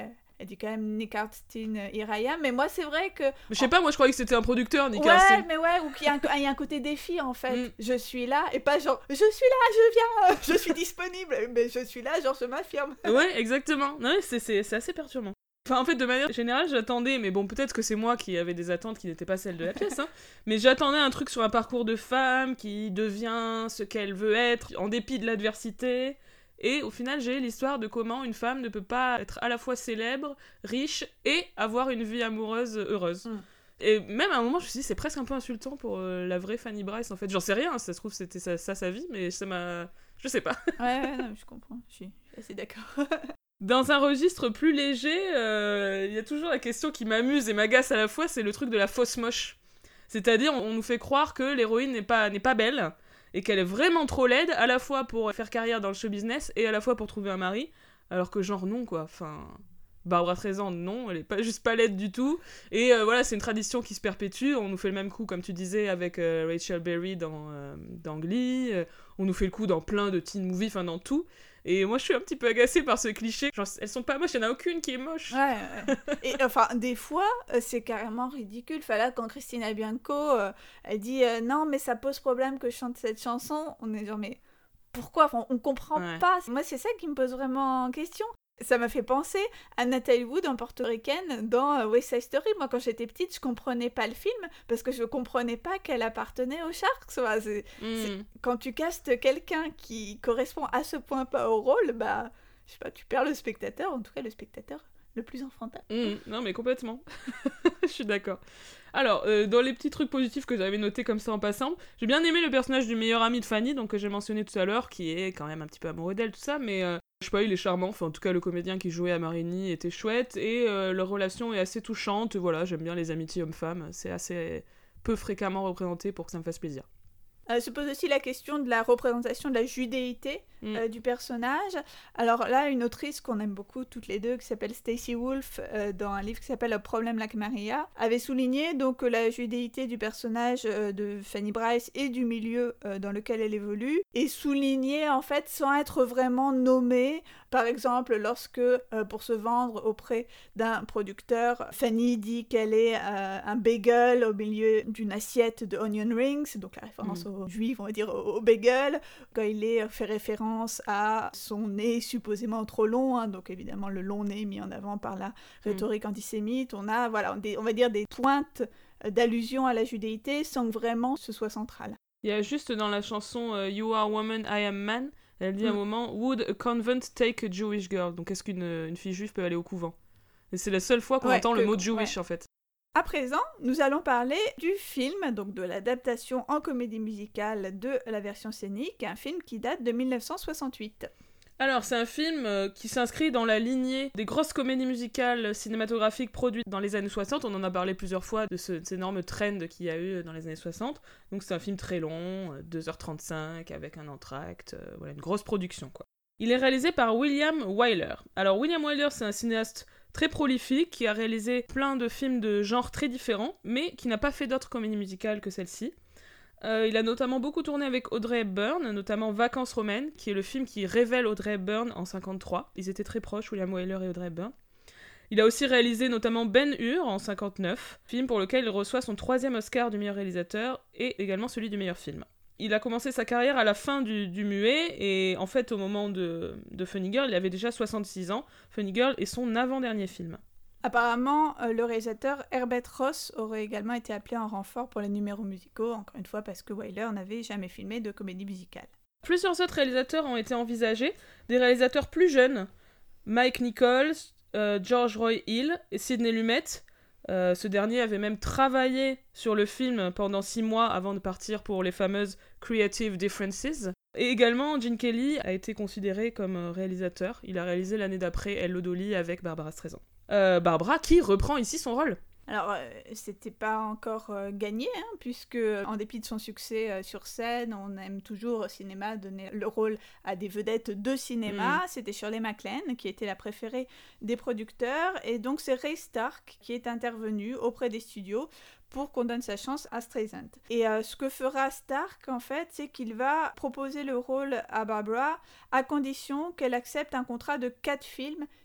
elle dit quand même Nick Arnstein et Raya, mais moi c'est vrai que... Je sais pas, moi je croyais que c'était un producteur, Nick ouais, Arnstein. Ouais, mais ouais, ou qu'il y a un, il y a un côté défi en fait. Mm. Je suis là, et pas genre, je suis là, je viens, je suis disponible, mais je suis là, genre je m'affirme. Ouais, exactement. Non, c'est, c'est, c'est assez perturbant. Enfin, en fait, de manière générale, j'attendais, mais bon, peut-être que c'est moi qui avais des attentes qui n'étaient pas celles de la pièce, hein, mais j'attendais un truc sur un parcours de femme qui devient ce qu'elle veut être, en dépit de l'adversité, et au final, j'ai l'histoire de comment une femme ne peut pas être à la fois célèbre, riche, et avoir une vie amoureuse heureuse. Mm. Et même à un moment, je me suis dit, c'est presque un peu insultant pour euh, la vraie Fanny Brice, en fait. J'en sais rien, ça se trouve, c'était ça, ça sa vie, mais ça m'a... Je sais pas. Ouais, ouais, non, je comprends, je suis assez d'accord. Dans un registre plus léger, il euh, y a toujours la question qui m'amuse et m'agace à la fois, c'est le truc de la fausse moche. C'est-à-dire, on nous fait croire que l'héroïne n'est pas, n'est pas belle, et qu'elle est vraiment trop laide, à la fois pour faire carrière dans le show business, et à la fois pour trouver un mari, alors que genre non, quoi, enfin... Barbra Streisand, non, elle est pas, juste pas laide du tout, et euh, voilà, c'est une tradition qui se perpétue, on nous fait le même coup, comme tu disais, avec euh, Rachel Berry dans, euh, dans Glee, euh, on nous fait le coup dans plein de teen movies, enfin dans tout, et moi je suis un petit peu agacée par ce cliché, genre elles sont pas moches, il y en a aucune qui est moche. Ouais, ouais. Et enfin, des fois, euh, c'est carrément ridicule, enfin là, quand Christina Bianco, euh, elle dit euh, non, mais ça pose problème que je chante cette chanson, on est genre, mais pourquoi, enfin, on comprend ouais. pas, moi c'est ça qui me pose vraiment en question. Ça m'a fait penser à Natalie Wood en portoricaine dans West Side Story. Moi, quand j'étais petite, je comprenais pas le film parce que je comprenais pas qu'elle appartenait aux Sharks. Enfin, c'est, mm. c'est... Quand tu castes quelqu'un qui correspond à ce point pas au rôle, bah, je sais pas, tu perds le spectateur, en tout cas le spectateur le plus enfantin. Mm. Non, mais complètement. Je suis d'accord. Alors, euh, dans les petits trucs positifs que j'avais notés comme ça en passant, j'ai bien aimé le personnage du meilleur ami de Fanny, donc que j'ai mentionné tout à l'heure, qui est quand même un petit peu amoureux d'elle, tout ça, mais euh, je sais pas, il est charmant, enfin en tout cas le comédien qui jouait à Marigny était chouette, et euh, leur relation est assez touchante, voilà, j'aime bien les amitiés hommes-femmes, c'est assez peu fréquemment représenté pour que ça me fasse plaisir. Euh, se pose aussi la question de la représentation de la judéité mm. euh, du personnage. Alors là, une autrice qu'on aime beaucoup toutes les deux, qui s'appelle Stacey Wolf, euh, dans un livre qui s'appelle A Problem Like Maria, avait souligné donc que la judéité du personnage euh, de Fanny Brice et du milieu euh, dans lequel elle évolue, et souligné en fait sans être vraiment nommée. Par exemple, lorsque, euh, pour se vendre auprès d'un producteur, Fanny dit qu'elle est euh, un bagel au milieu d'une assiette de onion rings, donc la référence mm. aux juifs, on va dire au, au bagel, quand il est fait référence à son nez supposément trop long, hein, donc évidemment le long nez mis en avant par la rhétorique mm. antisémite, on a, voilà, des, on va dire des pointes d'allusion à la judéité sans que vraiment ce soit central. Il y a juste dans la chanson uh, You Are Woman, I Am Man, elle dit mm. à un moment « Would a convent take a Jewish girl ?» Donc est-ce qu'une une fille juive peut aller au couvent ? Et c'est la seule fois qu'on ouais, entend que, le mot « Jewish » ouais. en fait. À présent, nous allons parler du film, donc de l'adaptation en comédie musicale de la version scénique, un film qui date de dix-neuf cent soixante-huit. Alors, c'est un film euh, qui s'inscrit dans la lignée des grosses comédies musicales cinématographiques produites dans les années soixante. On en a parlé plusieurs fois de ce, cet énorme trend qu'il y a eu dans les années soixante. Donc, c'est un film très long, deux heures trente-cinq, avec un entracte, euh, voilà, une grosse production, quoi. Il est réalisé par William Wyler. Alors, William Wyler, c'est un cinéaste très prolifique, qui a réalisé plein de films de genres très différents, mais qui n'a pas fait d'autres comédies musicales que celle-ci. Euh, il a notamment beaucoup tourné avec Audrey Hepburn, notamment Vacances romaines, qui est le film qui révèle Audrey Hepburn en cinquante-trois. Ils étaient très proches, William Wyler et Audrey Hepburn. Il a aussi réalisé notamment Ben-Hur en cinquante-neuf, film pour lequel il reçoit son troisième Oscar du meilleur réalisateur et également celui du meilleur film. Il a commencé sa carrière à la fin du, du muet, et en fait au moment de, de Funny Girl, il avait déjà soixante-six ans. Funny Girl est son avant-dernier film. Apparemment, euh, le réalisateur Herbert Ross aurait également été appelé en renfort pour les numéros musicaux, encore une fois parce que Wyler n'avait jamais filmé de comédie musicale. Plusieurs autres réalisateurs ont été envisagés, des réalisateurs plus jeunes, Mike Nichols, euh, George Roy Hill et Sidney Lumet. Euh, ce dernier avait même travaillé sur le film pendant six mois avant de partir pour les fameuses Creative Differences. Et également, Gene Kelly a été considéré comme réalisateur. Il a réalisé l'année d'après Hello Dolly avec Barbra Streisand. Euh, Barbra qui reprend ici son rôle. Alors, euh, c'était pas encore euh, gagné, hein, puisque, en dépit de son succès euh, sur scène, on aime toujours au cinéma donner le rôle à des vedettes de cinéma. Mm. C'était Shirley MacLaine, qui était la préférée des producteurs, et donc c'est Ray Stark qui est intervenu auprès des studios pour qu'on donne sa chance à Streisand. Et euh, ce que fera Stark, en fait, c'est qu'il va proposer le rôle à Barbra à condition qu'elle accepte un contrat de quatre films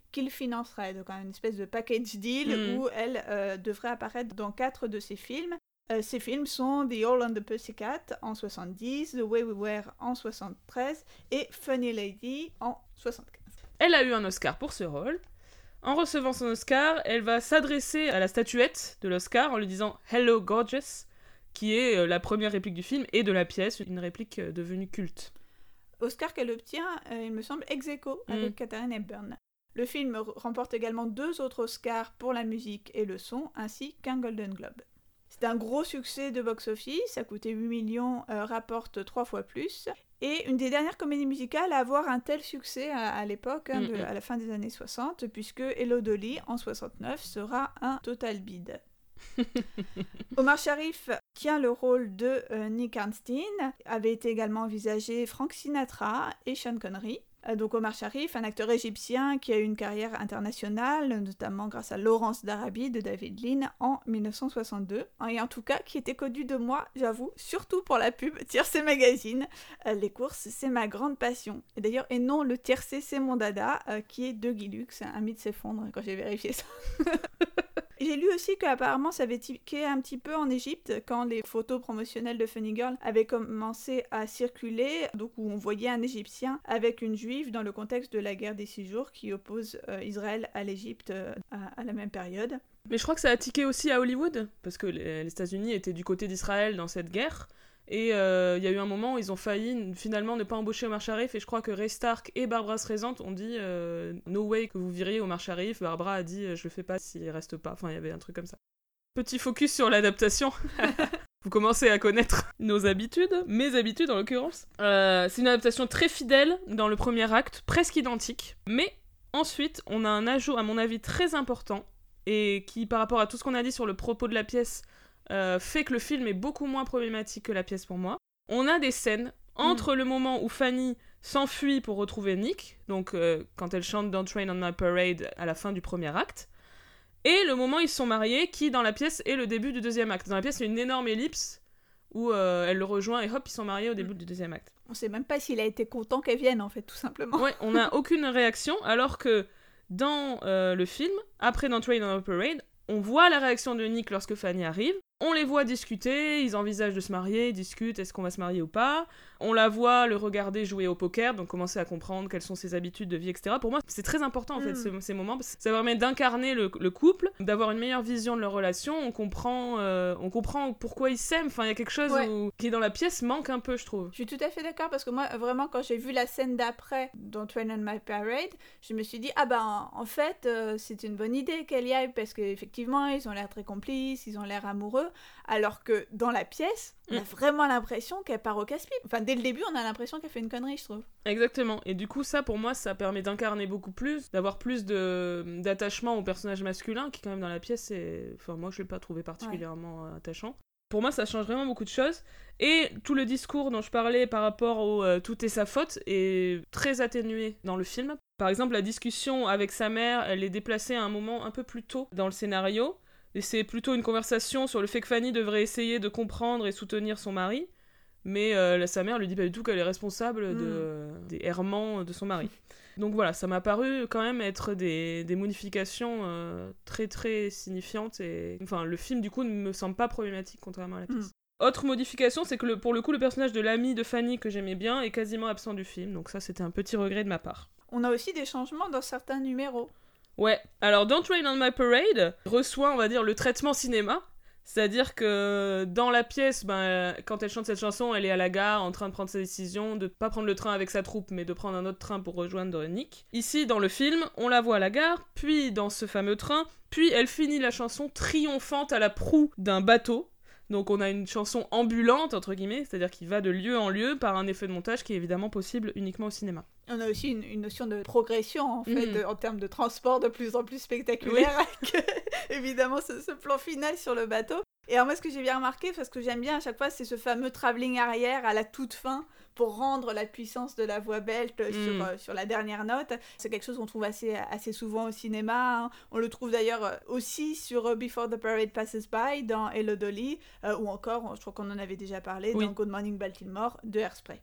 qu'il financerait. Donc une espèce de package deal mmh. où elle euh, devrait apparaître dans quatre de ses films. Euh, ces films sont The All on the Pussycat en soixante-dix, The Way We Were en soixante-treize et Funny Lady en soixante-quinze. Elle a eu un Oscar pour ce rôle. En recevant son Oscar, elle va s'adresser à la statuette de l'Oscar en lui disant « Hello, gorgeous », qui est euh, la première réplique du film et de la pièce, une réplique euh, devenue culte. Oscar qu'elle obtient, euh, il me semble, ex aequo avec mm. Katharine Hepburn. Le film remporte également deux autres Oscars pour la musique et le son, ainsi qu'un Golden Globe. C'est un gros succès de box-office, ça a coûté huit millions, euh, rapporte trois fois plus. Et une des dernières comédies musicales à avoir un tel succès à, à l'époque, hein, de, à la fin des années soixante, puisque Hello Dolly, en soixante-neuf, sera un total bide. Omar Sharif tient le rôle de euh, Nick Arnstein, avait été également envisagé Frank Sinatra et Sean Connery. Euh, donc Omar Sharif, un acteur égyptien qui a eu une carrière internationale, notamment grâce à Laurence d'Arabie de David Lean en dix-neuf cent soixante-deux, et en tout cas qui était connu de moi, j'avoue, surtout pour la pub Tiercé Magazine. Euh, les courses, c'est ma grande passion. Et d'ailleurs, et non le tiercé, c'est mon dada, euh, qui est de Guy Lux, un mythe s'effondre quand j'ai vérifié ça. J'ai lu aussi qu'apparemment ça avait tiqué un petit peu en Égypte quand les photos promotionnelles de Funny Girl avaient commencé à circuler, donc où on voyait un Égyptien avec une juive dans le contexte de la guerre des six jours qui oppose euh, Israël à l'Égypte euh, à, à la même période. Mais je crois que ça a tiqué aussi à Hollywood, parce que les, les États-Unis étaient du côté d'Israël dans cette guerre. Et il euh, y a eu un moment où ils ont failli finalement ne pas embaucher Omar Sharif, et je crois que Ray Stark et Barbra Streisand ont dit euh, « No way que vous viriez Omar Sharif ». Barbra a dit « Je le fais pas s'il reste pas ». Enfin, il y avait un truc comme ça. Petit focus sur l'adaptation. Vous commencez à connaître nos habitudes, mes habitudes en l'occurrence. Euh, c'est une adaptation très fidèle dans le premier acte, presque identique. Mais ensuite, on a un ajout, à mon avis, très important, et qui, par rapport à tout ce qu'on a dit sur le propos de la pièce, Euh, fait que le film est beaucoup moins problématique que la pièce pour moi. On a des scènes entre mm. le moment où Fanny s'enfuit pour retrouver Nick, donc euh, quand elle chante Don't Rain on My Parade à la fin du premier acte, et le moment où ils se sont mariés, qui dans la pièce est le début du deuxième acte. Dans la pièce, il y a une énorme ellipse où euh, elle le rejoint et hop, ils sont mariés au début mm. du deuxième acte. On sait même pas s'il a été content qu'elle vienne, en fait, tout simplement. Ouais, on n'a aucune réaction, alors que dans euh, le film, après Don't Rain on My Parade, on voit la réaction de Nick lorsque Fanny arrive. On les voit discuter, ils envisagent de se marier, ils discutent, est-ce qu'on va se marier ou pas. On la voit le regarder jouer au poker, donc commencer à comprendre quelles sont ses habitudes de vie, et cetera. Pour moi, c'est très important en fait, mm. ces, ces moments, parce que ça permet d'incarner le, le couple, d'avoir une meilleure vision de leur relation, on comprend, euh, on comprend pourquoi ils s'aiment, enfin il y a quelque chose ouais. où, qui dans la pièce manque un peu, je trouve. Je suis tout à fait d'accord, parce que moi, vraiment, quand j'ai vu la scène d'après, Don't Rain on My Parade, je me suis dit, ah ben, en fait, euh, c'est une bonne idée qu'elle y aille, parce qu'effectivement, ils ont l'air très complices, ils ont l'air amoureux, alors que dans la pièce, on a mm. vraiment l'impression qu'elle part au casse-pipe. Enfin, dès le début, on a l'impression qu'elle fait une connerie, je trouve. Exactement. Et du coup, ça, pour moi, ça permet d'incarner beaucoup plus, d'avoir plus de... d'attachement au personnage masculin, qui, quand même, dans la pièce, est... Enfin, moi, je l'ai pas trouvé particulièrement ouais. attachant. Pour moi, ça change vraiment beaucoup de choses. Et tout le discours dont je parlais par rapport au euh, « tout est sa faute » est très atténué dans le film. Par exemple, la discussion avec sa mère, elle est déplacée à un moment un peu plus tôt dans le scénario. Et c'est plutôt une conversation sur le fait que Fanny devrait essayer de comprendre et soutenir son mari, mais euh, sa mère lui dit pas du tout qu'elle est responsable de, mm. des errements de son mari. Donc voilà, ça m'a paru quand même être des, des modifications euh, très très signifiantes, et enfin le film du coup ne me semble pas problématique contrairement à la pièce. Mm. Autre modification, c'est que le, pour le coup le personnage de l'ami de Fanny que j'aimais bien est quasiment absent du film, donc ça c'était un petit regret de ma part. On a aussi des changements dans certains numéros. Ouais, alors Don't Rain on My Parade reçoit, on va dire, le traitement cinéma, c'est-à-dire que dans la pièce, ben, quand elle chante cette chanson, elle est à la gare en train de prendre sa décision de pas prendre le train avec sa troupe, mais de prendre un autre train pour rejoindre Nick. Ici, dans le film, on la voit à la gare, puis dans ce fameux train, puis elle finit la chanson triomphante à la proue d'un bateau. Donc on a une chanson ambulante, entre guillemets, c'est-à-dire qui va de lieu en lieu par un effet de montage qui est évidemment possible uniquement au cinéma. On a aussi une, une notion de progression, en fait, mmh. de, en termes de transport de plus en plus spectaculaire, oui. avec évidemment ce, ce plan final sur le bateau. Et alors moi, ce que j'ai bien remarqué, parce que j'aime bien à chaque fois, c'est ce fameux travelling arrière à la toute fin, pour rendre la puissance de la voix belte mmh. sur, euh, sur la dernière note. C'est quelque chose qu'on trouve assez, assez souvent au cinéma. Hein. On le trouve d'ailleurs aussi sur Before the Parade Passes By, dans Hello Dolly, euh, ou encore, je crois qu'on en avait déjà parlé, oui. dans Good Morning Baltimore, de Hairspray.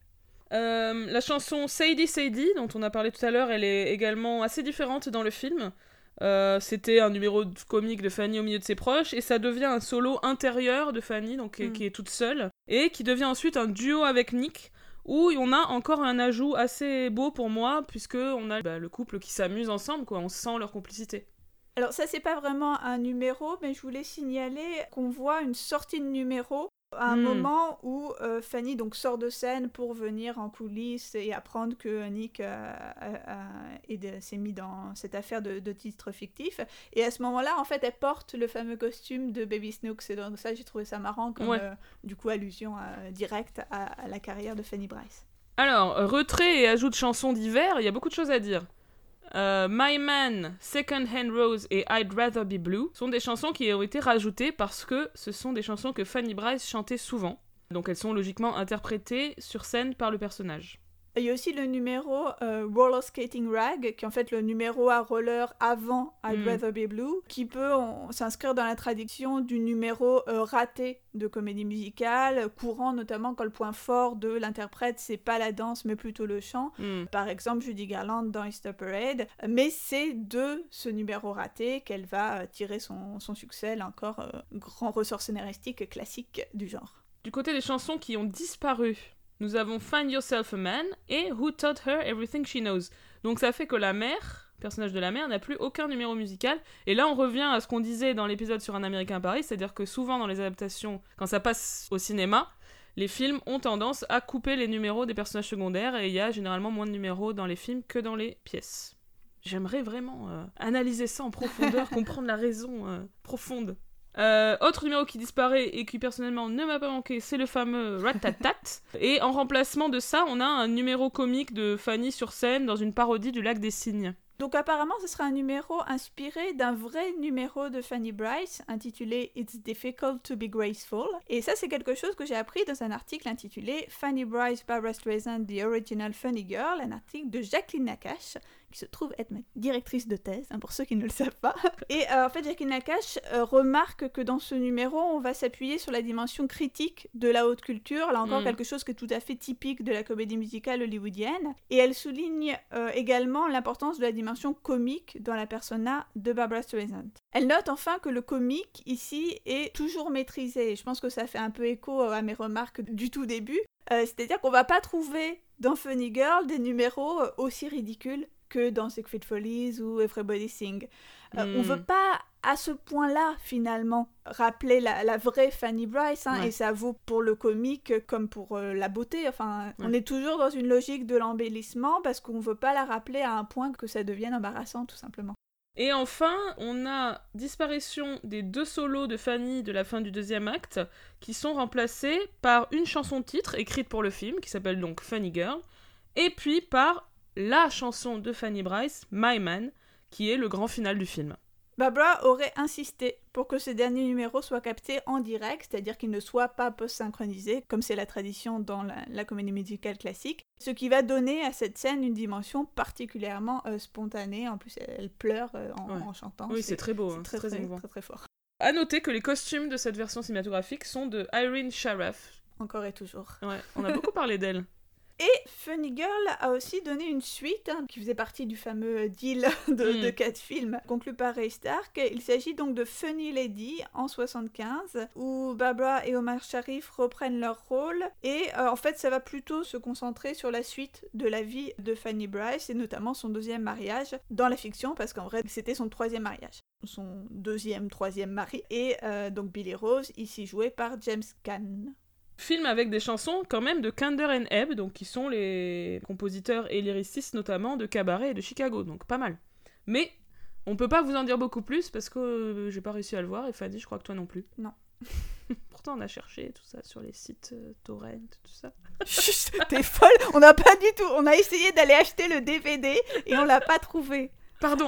Euh, la chanson Sadie Sadie, dont on a parlé tout à l'heure, elle est également assez différente dans le film. Euh, c'était un numéro comique de Fanny au milieu de ses proches, et ça devient un solo intérieur de Fanny, donc mm. qui est toute seule, et qui devient ensuite un duo avec Nick, où on a encore un ajout assez beau pour moi, puisque on a bah, le couple qui s'amuse ensemble, quoi. On sent leur complicité. Alors ça, c'est pas vraiment un numéro, mais je voulais signaler qu'on voit une sortie de numéro à un mm. moment où euh, Fanny donc sort de scène pour venir en coulisses et apprendre que Nick euh, a, a, a, s'est mis dans cette affaire de, de titre fictif. Et à ce moment-là, en fait, elle porte le fameux costume de Baby Snooks. Et donc ça, j'ai trouvé ça marrant comme ouais. euh, du coup allusion euh, directe à, à la carrière de Fanny Brice. Alors, retrait et ajout de chansons d'hiver, il y a beaucoup de choses à dire. Euh, My Man, Second Hand Rose et I'd Rather Be Blue sont des chansons qui ont été rajoutées parce que ce sont des chansons que Fanny Brice chantait souvent. Donc elles sont logiquement interprétées sur scène par le personnage. Il y a aussi le numéro euh, Roller Skating Rag, qui est en fait le numéro à roller avant I'd mm. Rather Be Blue, qui peut on, s'inscrire dans la tradition du numéro euh, raté de comédie musicale, courant notamment quand le point fort de l'interprète, c'est pas la danse, mais plutôt le chant. Mm. Par exemple, Judy Garland dans Easter Parade. Mais c'est de ce numéro raté qu'elle va tirer son, son succès, là encore, euh, grand ressort scénaristique classique du genre. Du côté des chansons qui ont disparu, nous avons Find Yourself a Man et Who Taught Her Everything She Knows. Donc ça fait que la mère, le personnage de la mère, n'a plus aucun numéro musical. Et là, on revient à ce qu'on disait dans l'épisode sur Un Américain à Paris, c'est-à-dire que souvent dans les adaptations, quand ça passe au cinéma, les films ont tendance à couper les numéros des personnages secondaires et il y a généralement moins de numéros dans les films que dans les pièces. J'aimerais vraiment euh, analyser ça en profondeur, comprendre la raison euh, profonde. Euh, autre numéro qui disparaît et qui personnellement ne m'a pas manqué, c'est le fameux Rat-tat-tat. Et en remplacement de ça, on a un numéro comique de Fanny sur scène dans une parodie du Lac des Cygnes. Donc apparemment, ce sera un numéro inspiré d'un vrai numéro de Fanny Brice intitulé It's Difficult to Be Graceful. Et ça, c'est quelque chose que j'ai appris dans un article intitulé Fanny Brice, Barbra Streisand, The Original Funny Girl, un article de Jacqueline Nakache, qui se trouve être ma directrice de thèse, hein, pour ceux qui ne le savent pas. Et euh, en fait, Jacqueline Nakache euh, remarque que dans ce numéro, on va s'appuyer sur la dimension critique de la haute culture, là encore mm. quelque chose qui est tout à fait typique de la comédie musicale hollywoodienne. Et elle souligne euh, également l'importance de la dimension comique dans la persona de Barbra Streisand. Elle note enfin que le comique, ici, est toujours maîtrisé. Et je pense que ça fait un peu écho à mes remarques du tout début. Euh, c'est-à-dire qu'on va pas trouver dans Funny Girl des numéros aussi ridicules que dans Ziegfeld Follies ou Everybody Sing. Euh, mm. On veut pas, à ce point-là, finalement, rappeler la, la vraie Fanny Brice, hein, ouais. et ça vaut pour le comique comme pour euh, la beauté. Enfin, ouais. on est toujours dans une logique de l'embellissement parce qu'on veut pas la rappeler à un point que ça devienne embarrassant, tout simplement. Et enfin, on a disparition des deux solos de Fanny de la fin du deuxième acte, qui sont remplacés par une chanson-titre écrite pour le film, qui s'appelle donc Funny Girl, et puis par la chanson de Fanny Brice, My Man, qui est le grand final du film. Barbra aurait insisté pour que ce dernier numéro soit capté en direct, c'est-à-dire qu'il ne soit pas post-synchronisé, comme c'est la tradition dans la, la comédie musicale classique, ce qui va donner à cette scène une dimension particulièrement euh, spontanée. En plus, elle, elle pleure euh, en, ouais. en chantant. Oui, c'est, c'est très beau, c'est hein, très, très, très, très, très, très, très fort. À noter que les costumes de cette version cinématographique sont de Irene Sharaff. Encore et toujours. Ouais, on a beaucoup parlé d'elle. Et Funny Girl a aussi donné une suite, hein, qui faisait partie du fameux deal de, mm. de quatre films conclu par Ray Stark. Il s'agit donc de Funny Lady en soixante-quinze, où Barbra et Omar Sharif reprennent leur rôle. Et euh, en fait, ça va plutôt se concentrer sur la suite de la vie de Fanny Brice, et notamment son deuxième mariage dans la fiction, parce qu'en vrai, c'était son troisième mariage. Son deuxième, troisième mari. Et euh, donc Billy Rose, ici joué par James Caan. Film avec des chansons quand même de Kander and Ebb, donc qui sont les compositeurs et lyricistes notamment de Cabaret et de Chicago, donc pas mal. Mais on peut pas vous en dire beaucoup plus parce que euh, j'ai pas réussi à le voir, et Fanny, je crois que toi non plus. Non. Pourtant on a cherché tout ça sur les sites euh, torrent, tout ça. Chut, t'es folle, on n'a pas du tout, on a essayé d'aller acheter le D V D et on l'a pas trouvé. Pardon.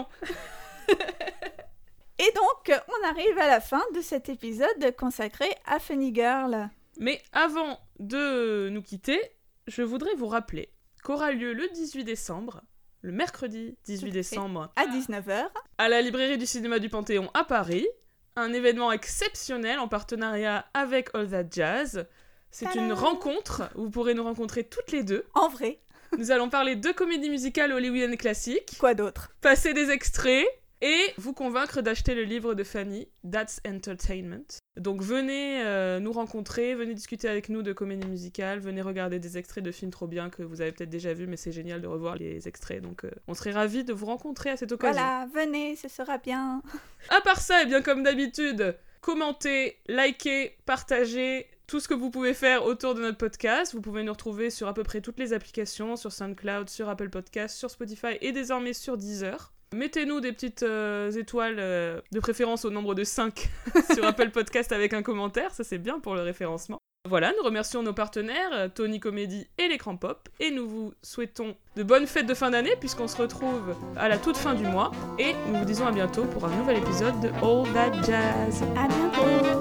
Et donc, on arrive à la fin de cet épisode consacré à Funny Girl. Mais avant de nous quitter, je voudrais vous rappeler qu'aura lieu le dix-huit décembre, le mercredi dix-huit décembre, à dix-neuf heures, à la librairie du cinéma du Panthéon à Paris, un événement exceptionnel en partenariat avec All That Jazz. C'est Tadam. une rencontre où vous pourrez nous rencontrer toutes les deux. En vrai. Nous allons parler de comédies musicales hollywoodiennes classiques, Quoi d'autre? passer des extraits et vous convaincre d'acheter le livre de Fanny, That's Entertainment. Donc venez euh, nous rencontrer, venez discuter avec nous de comédies musicales, venez regarder des extraits de films trop bien que vous avez peut-être déjà vus, mais c'est génial de revoir les extraits. Donc euh, on serait ravis de vous rencontrer à cette occasion. Voilà, venez, ce sera bien. À part ça, et bien comme d'habitude, commentez, likez, partagez tout ce que vous pouvez faire autour de notre podcast. Vous pouvez nous retrouver sur à peu près toutes les applications, sur SoundCloud, sur Apple Podcasts, sur Spotify et désormais sur Deezer. Mettez-nous des petites euh, étoiles, euh, de préférence au nombre de cinq sur Apple Podcast avec un commentaire, ça c'est bien pour le référencement. Voilà, nous remercions nos partenaires, euh, Tony Comedy et l'Écran Pop, et nous vous souhaitons de bonnes fêtes de fin d'année puisqu'on se retrouve à la toute fin du mois, et nous vous disons à bientôt pour un nouvel épisode de All That Jazz. À bientôt.